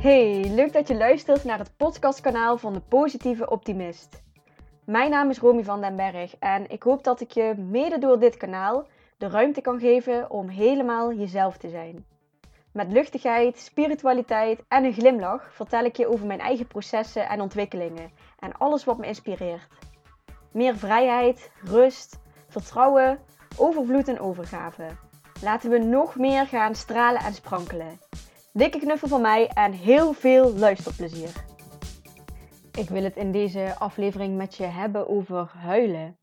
Hey, leuk dat je luistert naar het podcastkanaal van de Positieve Optimist. Mijn naam is Romy van den Berg en ik hoop dat ik je mede door dit kanaal de ruimte kan geven om helemaal jezelf te zijn. Met luchtigheid, spiritualiteit en een glimlach vertel ik je over mijn eigen processen en ontwikkelingen en alles wat me inspireert. Meer vrijheid, rust, vertrouwen, overvloed en overgave. Laten we nog meer gaan stralen en sprankelen. Dikke knuffel van mij en heel veel luisterplezier. Ik wil het in deze aflevering met je hebben over huilen.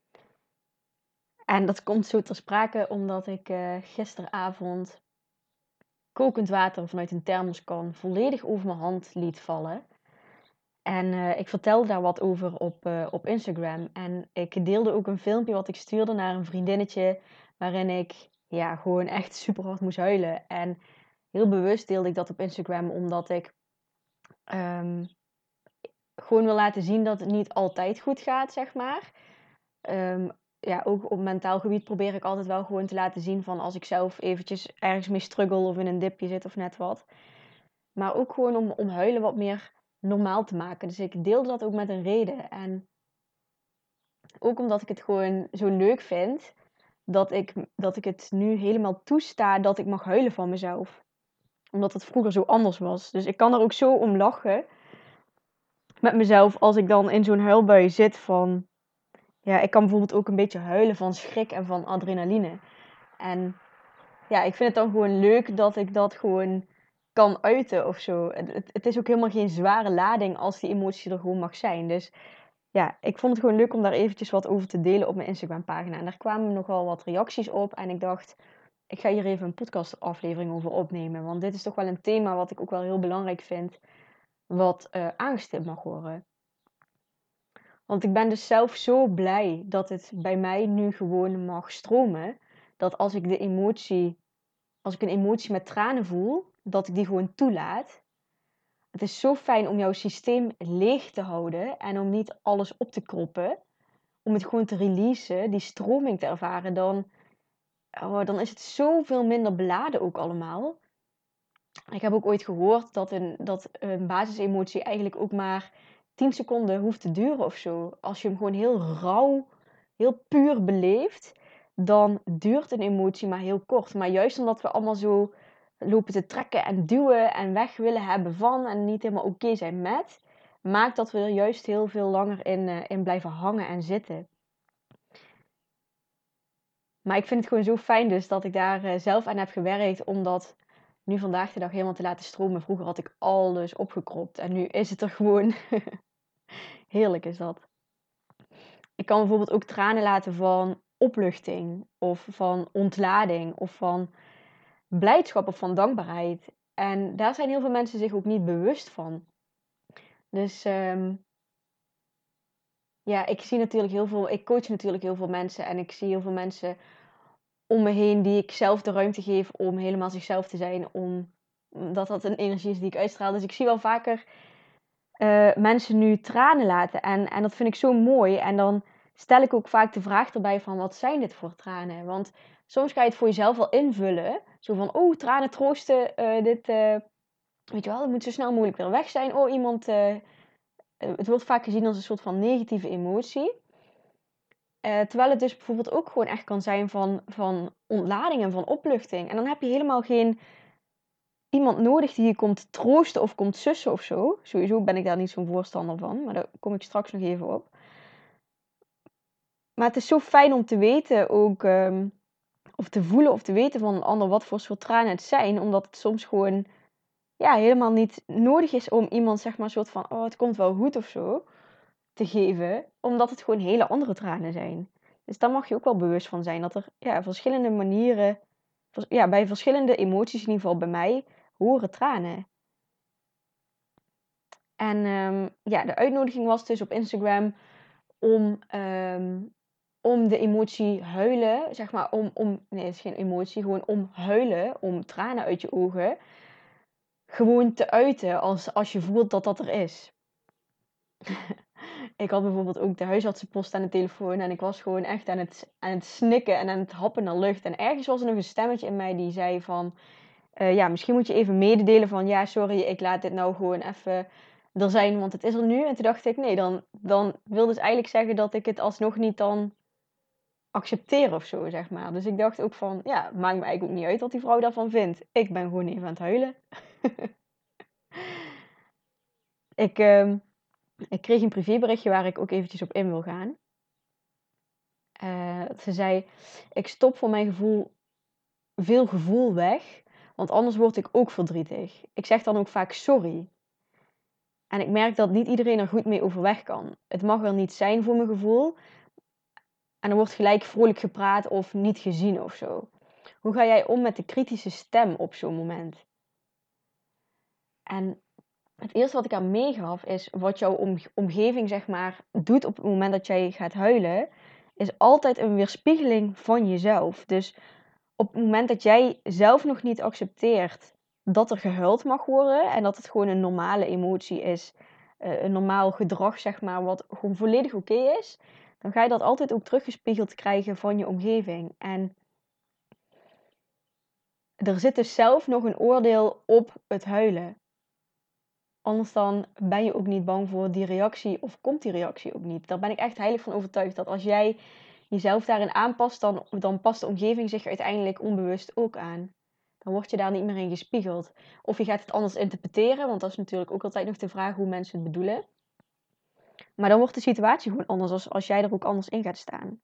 En dat komt zo ter sprake omdat ik gisteravond kokend water vanuit een thermoskan volledig over mijn hand liet vallen. En ik vertelde daar wat over op Instagram. En ik deelde ook een filmpje wat ik stuurde naar een vriendinnetje waarin ik gewoon echt super hard moest huilen. En heel bewust deelde ik dat op Instagram omdat ik gewoon wil laten zien dat het niet altijd goed gaat, zeg maar. Ook op mentaal gebied probeer ik altijd wel gewoon te laten zien van als ik zelf eventjes ergens mee struggle of in een dipje zit of net wat. Maar ook gewoon om huilen wat meer normaal te maken. Dus ik deelde dat ook met een reden. En ook omdat ik het gewoon zo leuk vind dat ik het nu helemaal toesta dat ik mag huilen van mezelf. Omdat het vroeger zo anders was. Dus ik kan er ook zo om lachen met mezelf als ik dan in zo'n huilbui zit van... Ja, ik kan bijvoorbeeld ook een beetje huilen van schrik en van adrenaline. En ja, ik vind het dan gewoon leuk dat ik dat gewoon kan uiten of zo. Het is ook helemaal geen zware lading als die emotie er gewoon mag zijn. Dus ja, ik vond het gewoon leuk om daar eventjes wat over te delen op mijn Instagram pagina. En daar kwamen nogal wat reacties op. En ik dacht, ik ga hier even een podcastaflevering over opnemen. Want dit is toch wel een thema wat ik ook wel heel belangrijk vind. Wat aangestipt mag worden. Want ik ben dus zelf zo blij dat het bij mij nu gewoon mag stromen. Dat als ik een emotie met tranen voel, dat ik die gewoon toelaat. Het is zo fijn om jouw systeem leeg te houden en om niet alles op te kroppen. Om het gewoon te releasen, die stroming te ervaren. Dan is het zoveel minder beladen ook allemaal. Ik heb ook ooit gehoord dat een basisemotie eigenlijk ook maar 10 seconden hoeft te duren of zo. Als je hem gewoon heel rauw, heel puur beleeft, dan duurt een emotie maar heel kort. Maar juist omdat we allemaal zo lopen te trekken en duwen en weg willen hebben van en niet helemaal oké zijn met, maakt dat we er juist heel veel langer in blijven hangen en zitten. Maar ik vind het gewoon zo fijn dus dat ik daar zelf aan heb gewerkt, omdat nu vandaag de dag helemaal te laten stromen. Vroeger had ik alles opgekropt en nu is het er gewoon. Heerlijk is dat. Ik kan bijvoorbeeld ook tranen laten van opluchting of van ontlading of van blijdschap of van dankbaarheid. En daar zijn heel veel mensen zich ook niet bewust van. Dus ik coach natuurlijk heel veel mensen en ik zie heel veel mensen om me heen die ik zelf de ruimte geef om helemaal zichzelf te zijn, omdat dat een energie is die ik uitstraal. Dus ik zie wel vaker mensen nu tranen laten en dat vind ik zo mooi. En dan stel ik ook vaak de vraag erbij van, wat zijn dit voor tranen? Want soms ga je het voor jezelf wel invullen. Zo van, oh, tranen troosten, weet je wel, het moet zo snel mogelijk weer weg zijn. Oh, het wordt vaak gezien als een soort van negatieve emotie. Terwijl het dus bijvoorbeeld ook gewoon echt kan zijn van ontlading en van opluchting. En dan heb je helemaal geen iemand nodig die je komt troosten of komt sussen of zo. Sowieso ben ik daar niet zo'n voorstander van, maar daar kom ik straks nog even op. Maar het is zo fijn om te weten ook, of te voelen of te weten van een ander wat voor soort tranen het zijn. Omdat het soms gewoon helemaal niet nodig is om iemand zeg maar een soort van, oh het komt wel goed of zo, te geven. Omdat het gewoon hele andere tranen zijn. Dus daar mag je ook wel bewust van zijn. Dat er verschillende manieren, bij verschillende emoties in ieder geval bij mij, horen tranen. En de uitnodiging was dus op Instagram om de emotie huilen, zeg maar, nee, het is geen emotie, gewoon om huilen, om tranen uit je ogen, gewoon te uiten als je voelt dat dat er is. Ik had bijvoorbeeld ook de huisartsenpost aan de telefoon en ik was gewoon echt aan het snikken en aan het happen naar lucht. En ergens was er nog een stemmetje in mij die zei van, Ja, misschien moet je even mededelen van, ja, sorry, ik laat dit nou gewoon even er zijn, want het is er nu. En toen dacht ik, nee, dan wil dus eigenlijk zeggen dat ik het alsnog niet dan accepteer of zo, zeg maar. Dus ik dacht ook van, ja, het maakt me eigenlijk ook niet uit wat die vrouw daarvan vindt. Ik ben gewoon even aan het huilen. Ik, ik kreeg een privéberichtje waar ik ook eventjes op in wil gaan. Ze zei, ik stop voor mijn gevoel veel gevoel weg, want anders word ik ook verdrietig. Ik zeg dan ook vaak sorry. En ik merk dat niet iedereen er goed mee overweg kan. Het mag er niet zijn voor mijn gevoel. En er wordt gelijk vrolijk gepraat of niet gezien of zo. Hoe ga jij om met de kritische stem op zo'n moment? En het eerste wat ik aan meegaf is wat jouw omgeving zeg maar doet op het moment dat jij gaat huilen, is altijd een weerspiegeling van jezelf. Dus op het moment dat jij zelf nog niet accepteert dat er gehuild mag worden en dat het gewoon een normale emotie is, een normaal gedrag zeg maar, wat gewoon volledig oké is, dan ga je dat altijd ook teruggespiegeld krijgen van je omgeving. En er zit dus zelf nog een oordeel op het huilen. Anders dan ben je ook niet bang voor die reactie of komt die reactie ook niet. Daar ben ik echt heilig van overtuigd dat als jij jezelf daarin aanpast, dan past de omgeving zich uiteindelijk onbewust ook aan. Dan word je daar niet meer in gespiegeld. Of je gaat het anders interpreteren, want dat is natuurlijk ook altijd nog de vraag hoe mensen het bedoelen. Maar dan wordt de situatie gewoon anders als jij er ook anders in gaat staan.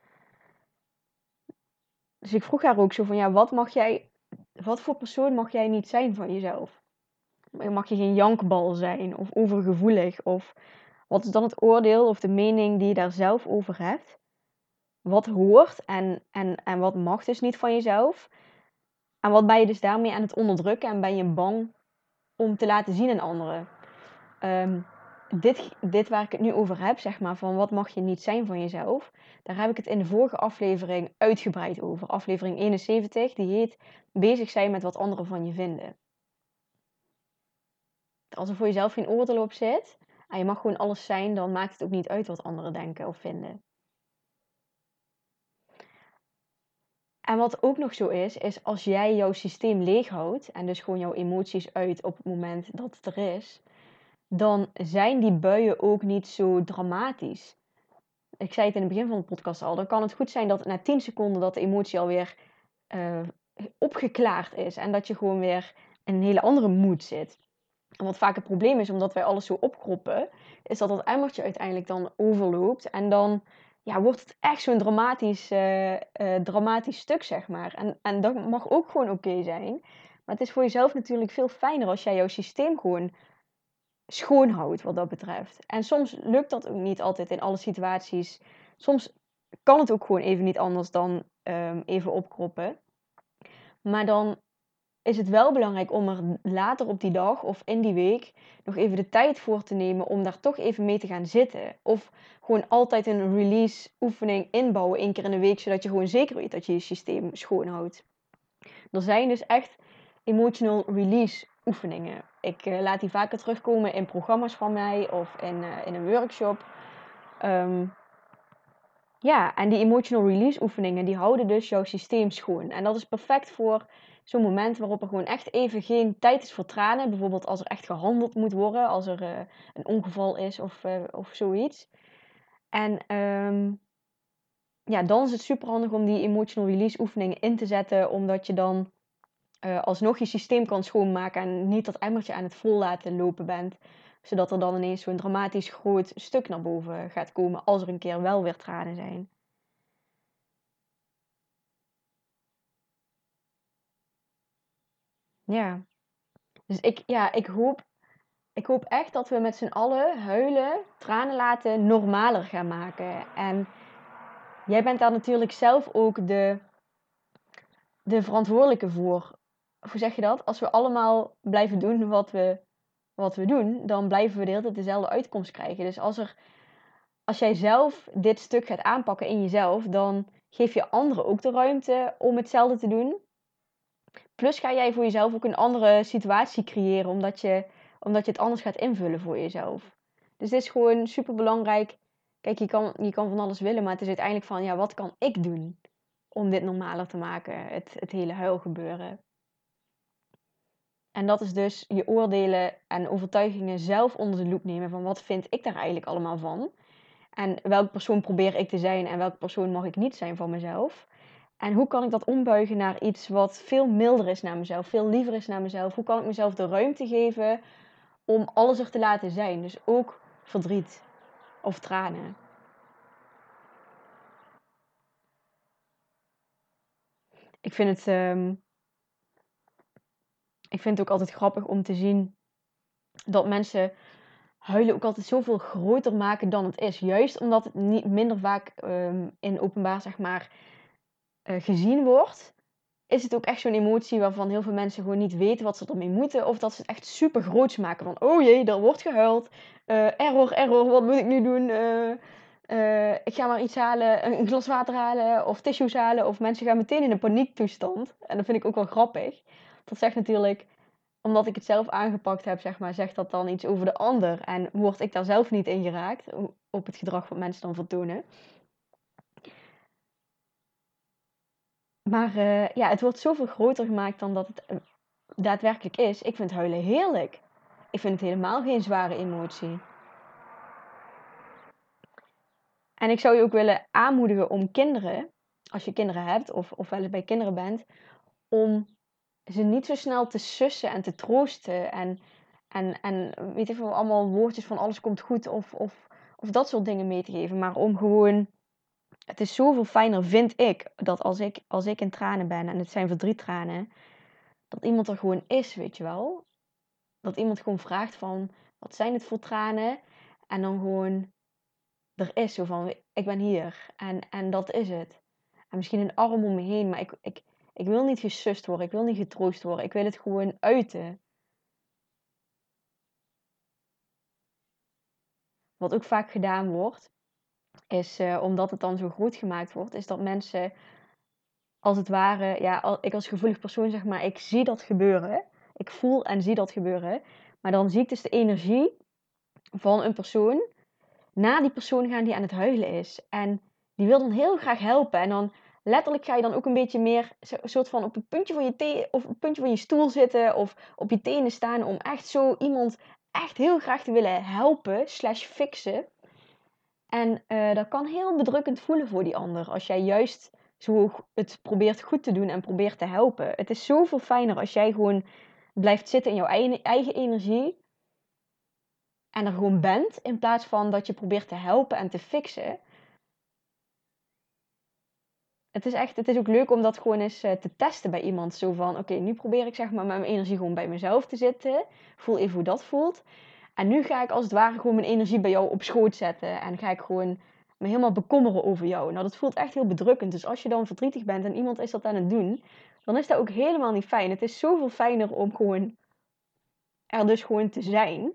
Dus ik vroeg haar ook zo van, ja, wat voor persoon mag jij niet zijn van jezelf? Mag je geen jankbal zijn of overgevoelig? Of wat is dan het oordeel of de mening die je daar zelf over hebt? Wat hoort en wat mag dus niet van jezelf? En wat ben je dus daarmee aan het onderdrukken en ben je bang om te laten zien aan anderen? Dit waar ik het nu over heb, zeg maar, van wat mag je niet zijn van jezelf, daar heb ik het in de vorige aflevering uitgebreid over. Aflevering 71, die heet Bezig zijn met wat anderen van je vinden. Als er voor jezelf geen oordeel op zit en je mag gewoon alles zijn, dan maakt het ook niet uit wat anderen denken of vinden. En wat ook nog zo is als jij jouw systeem leeghoudt en dus gewoon jouw emoties uit op het moment dat het er is, dan zijn die buien ook niet zo dramatisch. Ik zei het in het begin van de podcast al, dan kan het goed zijn dat na 10 seconden dat de emotie alweer opgeklaard is en dat je gewoon weer in een hele andere mood zit. En wat vaak het probleem is, omdat wij alles zo opkroppen, is dat dat emmertje uiteindelijk dan overloopt. En dan wordt het echt zo'n dramatisch stuk, zeg maar. En dat mag ook gewoon oké zijn. Maar het is voor jezelf natuurlijk veel fijner als jij jouw systeem gewoon schoonhoudt wat dat betreft. En soms lukt dat ook niet altijd in alle situaties. Soms kan het ook gewoon even niet anders dan even opkroppen. Maar dan is het wel belangrijk om er later op die dag of in die week nog even de tijd voor te nemen om daar toch even mee te gaan zitten. Of gewoon altijd een release oefening inbouwen 1 keer in de week, zodat je gewoon zeker weet dat je je systeem schoonhoudt. Er zijn dus echt emotional release oefeningen. Ik laat die vaker terugkomen in programma's van mij of in een workshop. En die emotional release oefeningen, die houden dus jouw systeem schoon. En dat is perfect voor zo'n moment waarop er gewoon echt even geen tijd is voor tranen. Bijvoorbeeld als er echt gehandeld moet worden, als er een ongeval is of zoiets. En dan is het super handig om die emotional release oefeningen in te zetten, omdat je dan alsnog je systeem kan schoonmaken en niet dat emmertje aan het vol laten lopen bent. Zodat er dan ineens zo'n dramatisch groot stuk naar boven gaat komen als er een keer wel weer tranen zijn. Ja, dus ik hoop echt dat we met z'n allen huilen, tranen laten normaler gaan maken. En jij bent daar natuurlijk zelf ook de verantwoordelijke voor. Hoe zeg je dat? Als we allemaal blijven doen wat we doen, dan blijven we de hele tijd dezelfde uitkomst krijgen. Dus als jij zelf dit stuk gaat aanpakken in jezelf, dan geef je anderen ook de ruimte om hetzelfde te doen. Plus ga jij voor jezelf ook een andere situatie creëren, omdat je het anders gaat invullen voor jezelf. Dus dit is gewoon super belangrijk. Kijk, je kan van alles willen, maar het is uiteindelijk van, ja, wat kan ik doen om dit normaler te maken? Het hele huilgebeuren. En dat is dus je oordelen en overtuigingen zelf onder de loep nemen. Van wat vind ik daar eigenlijk allemaal van? En welke persoon probeer ik te zijn en welke persoon mag ik niet zijn van mezelf? En hoe kan ik dat ombuigen naar iets wat veel milder is naar mezelf, veel liever is naar mezelf? Hoe kan ik mezelf de ruimte geven om alles er te laten zijn? Dus ook verdriet of tranen. Ik vind het ook altijd grappig om te zien dat mensen huilen ook altijd zoveel groter maken dan het is. Juist omdat het niet minder vaak in openbaar, zeg maar, gezien wordt, is het ook echt zo'n emotie waarvan heel veel mensen gewoon niet weten wat ze ermee moeten. Of dat ze het echt super groots maken. Van, oh jee, er wordt gehuild. Error, wat moet ik nu doen? Ik ga maar iets halen, een glas water halen of tissues halen. Of mensen gaan meteen in een paniektoestand. En dat vind ik ook wel grappig. Dat zegt natuurlijk, omdat ik het zelf aangepakt heb, zeg maar, zegt dat dan iets over de ander. En word ik daar zelf niet in geraakt op het gedrag wat mensen dan vertonen. Maar ja, het wordt zoveel groter gemaakt dan dat het daadwerkelijk is. Ik vind huilen heerlijk. Ik vind het helemaal geen zware emotie. En ik zou je ook willen aanmoedigen om kinderen, als je kinderen hebt of wel eens bij kinderen bent, om ze niet zo snel te sussen en te troosten. En weet ik veel, allemaal woordjes van alles komt goed of dat soort dingen mee te geven. Maar om gewoon, het is zoveel fijner, vind ik, dat als ik in tranen ben, en het zijn verdriettranen, dat iemand er gewoon is, weet je wel. Dat iemand gewoon vraagt van, wat zijn het voor tranen? En dan gewoon, er is zo van, ik ben hier. En dat is het. En misschien een arm om me heen, maar ik wil niet gesust worden. Ik wil niet getroost worden. Ik wil het gewoon uiten. Wat ook vaak gedaan wordt, is omdat het dan zo groot gemaakt wordt, is dat mensen als het ware, ja, ik als gevoelig persoon zeg maar, ik zie dat gebeuren. Ik voel en zie dat gebeuren. Maar dan zie ik dus de energie van een persoon naar die persoon gaan die aan het huilen is. En die wil dan heel graag helpen. En dan letterlijk ga je dan ook een beetje meer soort van op het puntje van je of op het puntje van je stoel zitten of op je tenen staan om echt zo iemand echt heel graag te willen helpen slash fixen. En dat kan heel bedrukkend voelen voor die ander als jij juist zo het probeert goed te doen en probeert te helpen. Het is zoveel fijner als jij gewoon blijft zitten in jouw eigen energie en er gewoon bent, in plaats van dat je probeert te helpen en te fixen. Het is ook leuk om dat gewoon eens te testen bij iemand. Zo van, oké, nu probeer ik zeg maar met mijn energie gewoon bij mezelf te zitten. Voel even hoe dat voelt. En nu ga ik als het ware gewoon mijn energie bij jou op schoot zetten. En ga ik gewoon me helemaal bekommeren over jou. Nou, dat voelt echt heel bedrukkend. Dus als je dan verdrietig bent en iemand is dat aan het doen, dan is dat ook helemaal niet fijn. Het is zoveel fijner om gewoon er dus gewoon te zijn.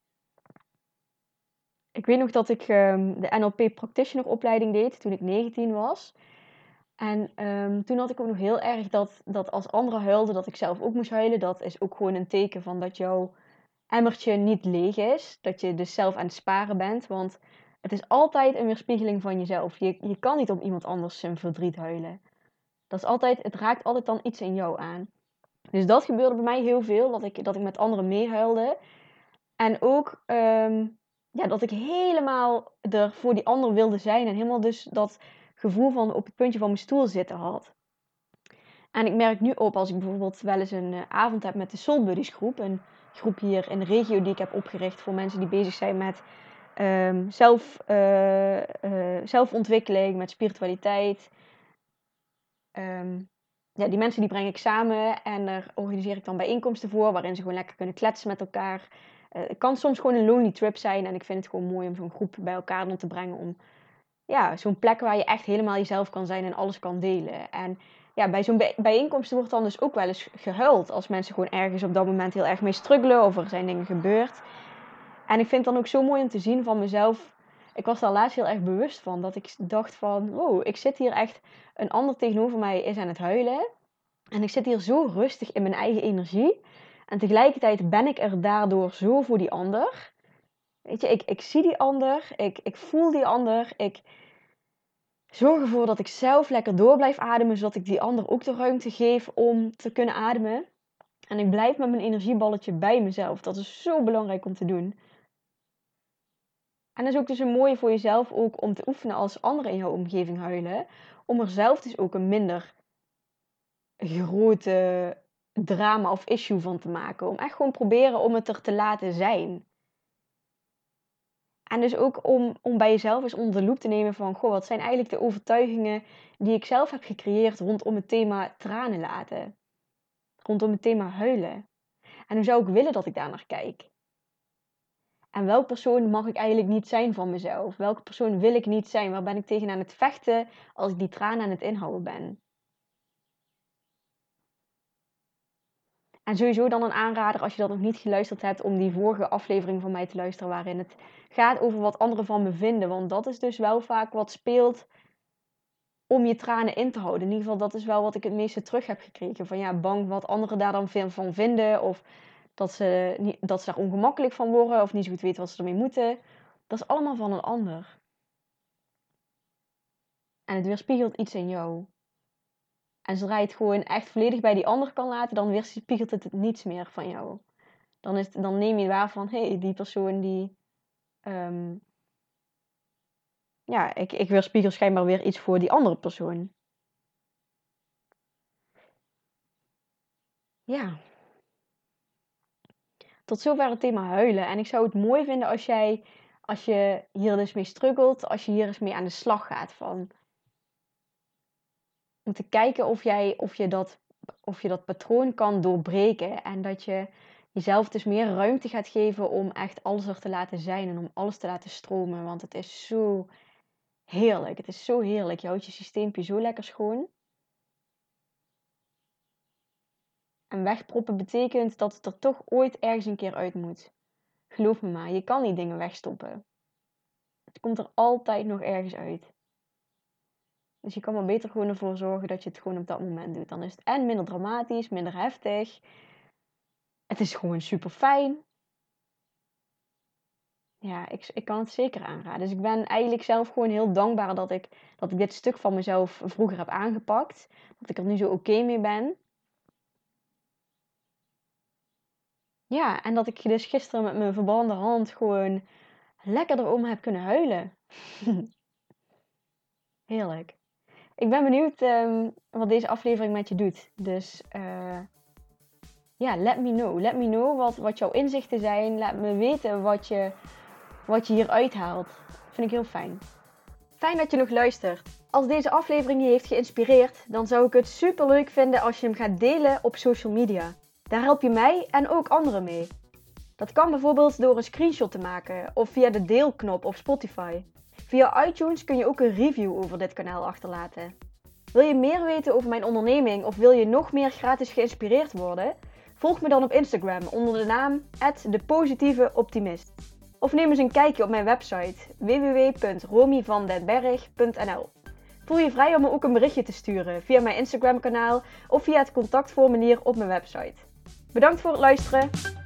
Ik weet nog dat ik de NLP Practitioner opleiding deed toen ik 19 was. En toen had ik ook nog heel erg dat als anderen huilden, dat ik zelf ook moest huilen. Dat is ook gewoon een teken van dat jouw emmertje niet leeg is. Dat je dus zelf aan het sparen bent. Want het is altijd een weerspiegeling van jezelf. Je kan niet om iemand anders zijn verdriet huilen. Het raakt altijd dan iets in jou aan. Dus dat gebeurde bij mij heel veel. Dat ik met anderen meehuilde. En ook ja, dat ik helemaal er voor die ander wilde zijn. En helemaal dus dat gevoel van op het puntje van mijn stoel zitten had. En ik merk nu op als ik bijvoorbeeld wel eens een avond heb met de Soul Buddies groep. Een groep hier in de regio die ik heb opgericht voor mensen die bezig zijn met zelfontwikkeling, met spiritualiteit. Ja, die mensen die breng ik samen en daar organiseer ik dan bijeenkomsten voor, waarin ze gewoon lekker kunnen kletsen met elkaar. Het kan soms gewoon een lonely trip zijn en ik vind het gewoon mooi om zo'n groep bij elkaar dan te brengen om ja, zo'n plek waar je echt helemaal jezelf kan zijn en alles kan delen. En ja, bij zo'n bijeenkomsten wordt dan dus ook wel eens gehuild als mensen gewoon ergens op dat moment heel erg mee struggelen of er zijn dingen gebeurd. En ik vind het dan ook zo mooi om te zien van mezelf. Ik was daar laatst heel erg bewust van. Dat ik dacht van, wow, ik zit hier echt. Een ander tegenover mij is aan het huilen. En ik zit hier zo rustig in mijn eigen energie. En tegelijkertijd ben ik er daardoor zo voor die ander. Weet je, ik zie die ander. Ik voel die ander. Ik zorg ervoor dat ik zelf lekker door blijf ademen. Zodat ik die ander ook de ruimte geef om te kunnen ademen. En ik blijf met mijn energieballetje bij mezelf. Dat is zo belangrijk om te doen. En dat is ook dus een mooie voor jezelf ook om te oefenen als anderen in jouw omgeving huilen. Om er zelf dus ook een minder grote drama of issue van te maken. Om echt gewoon proberen om het er te laten zijn. En dus ook om bij jezelf eens onder de loep te nemen van... Goh, wat zijn eigenlijk de overtuigingen die ik zelf heb gecreëerd rondom het thema tranen laten? Rondom het thema huilen. En hoe zou ik willen dat ik daar naar kijk? En welk persoon mag ik eigenlijk niet zijn van mezelf? Welke persoon wil ik niet zijn? Waar ben ik tegen aan het vechten als ik die tranen aan het inhouden ben? En sowieso dan een aanrader als je dat nog niet geluisterd hebt... om die vorige aflevering van mij te luisteren... waarin het gaat over wat anderen van me vinden. Want dat is dus wel vaak wat speelt om je tranen in te houden. In ieder geval, dat is wel wat ik het meeste terug heb gekregen. Van ja, bang wat anderen daar dan van vinden... of dat ze daar ongemakkelijk van worden... of niet zo goed weten wat ze ermee moeten. Dat is allemaal van een ander. En het weerspiegelt iets in jou. En zodra je het gewoon echt volledig bij die ander kan laten... dan weerspiegelt het niets meer van jou. Dan neem je waar van... hé, die persoon die... ik weerspiegel schijnbaar weer iets voor die andere persoon. Ja. Tot zover het thema huilen. En ik zou het mooi vinden als je hier dus mee struggelt... als je hier eens mee aan de slag gaat van... om te kijken of je dat patroon kan doorbreken. En dat je jezelf dus meer ruimte gaat geven om echt alles er te laten zijn. En om alles te laten stromen. Want het is zo heerlijk. Het is zo heerlijk. Je houdt je systeempje zo lekker schoon. En wegproppen betekent dat het er toch ooit ergens een keer uit moet. Geloof me maar, je kan die dingen wegstoppen. Het komt er altijd nog ergens uit. Dus je kan maar beter gewoon ervoor zorgen dat je het gewoon op dat moment doet. Dan is het en minder dramatisch, minder heftig. Het is gewoon super fijn. Ja, ik kan het zeker aanraden. Dus ik ben eigenlijk zelf gewoon heel dankbaar dat ik dit stuk van mezelf vroeger heb aangepakt. Dat ik er nu zo oké mee ben. Ja, en dat ik dus gisteren met mijn verbrande hand gewoon lekker erom heb kunnen huilen. Heerlijk. Ik ben benieuwd wat deze aflevering met je doet. Dus let me know. Let me know wat jouw inzichten zijn. Laat me weten wat je hier uithaalt. Vind ik heel fijn. Fijn dat je nog luistert. Als deze aflevering je heeft geïnspireerd, dan zou ik het super leuk vinden als je hem gaat delen op social media. Daar help je mij en ook anderen mee. Dat kan bijvoorbeeld door een screenshot te maken of via de deelknop op Spotify. Via iTunes kun je ook een review over dit kanaal achterlaten. Wil je meer weten over mijn onderneming of wil je nog meer gratis geïnspireerd worden? Volg me dan op Instagram onder de naam @depositieveoptimist. Of neem eens een kijkje op mijn website www.romyvandenberg.nl. Voel je vrij om me ook een berichtje te sturen via mijn Instagram kanaal of via het contactformulier op mijn website. Bedankt voor het luisteren!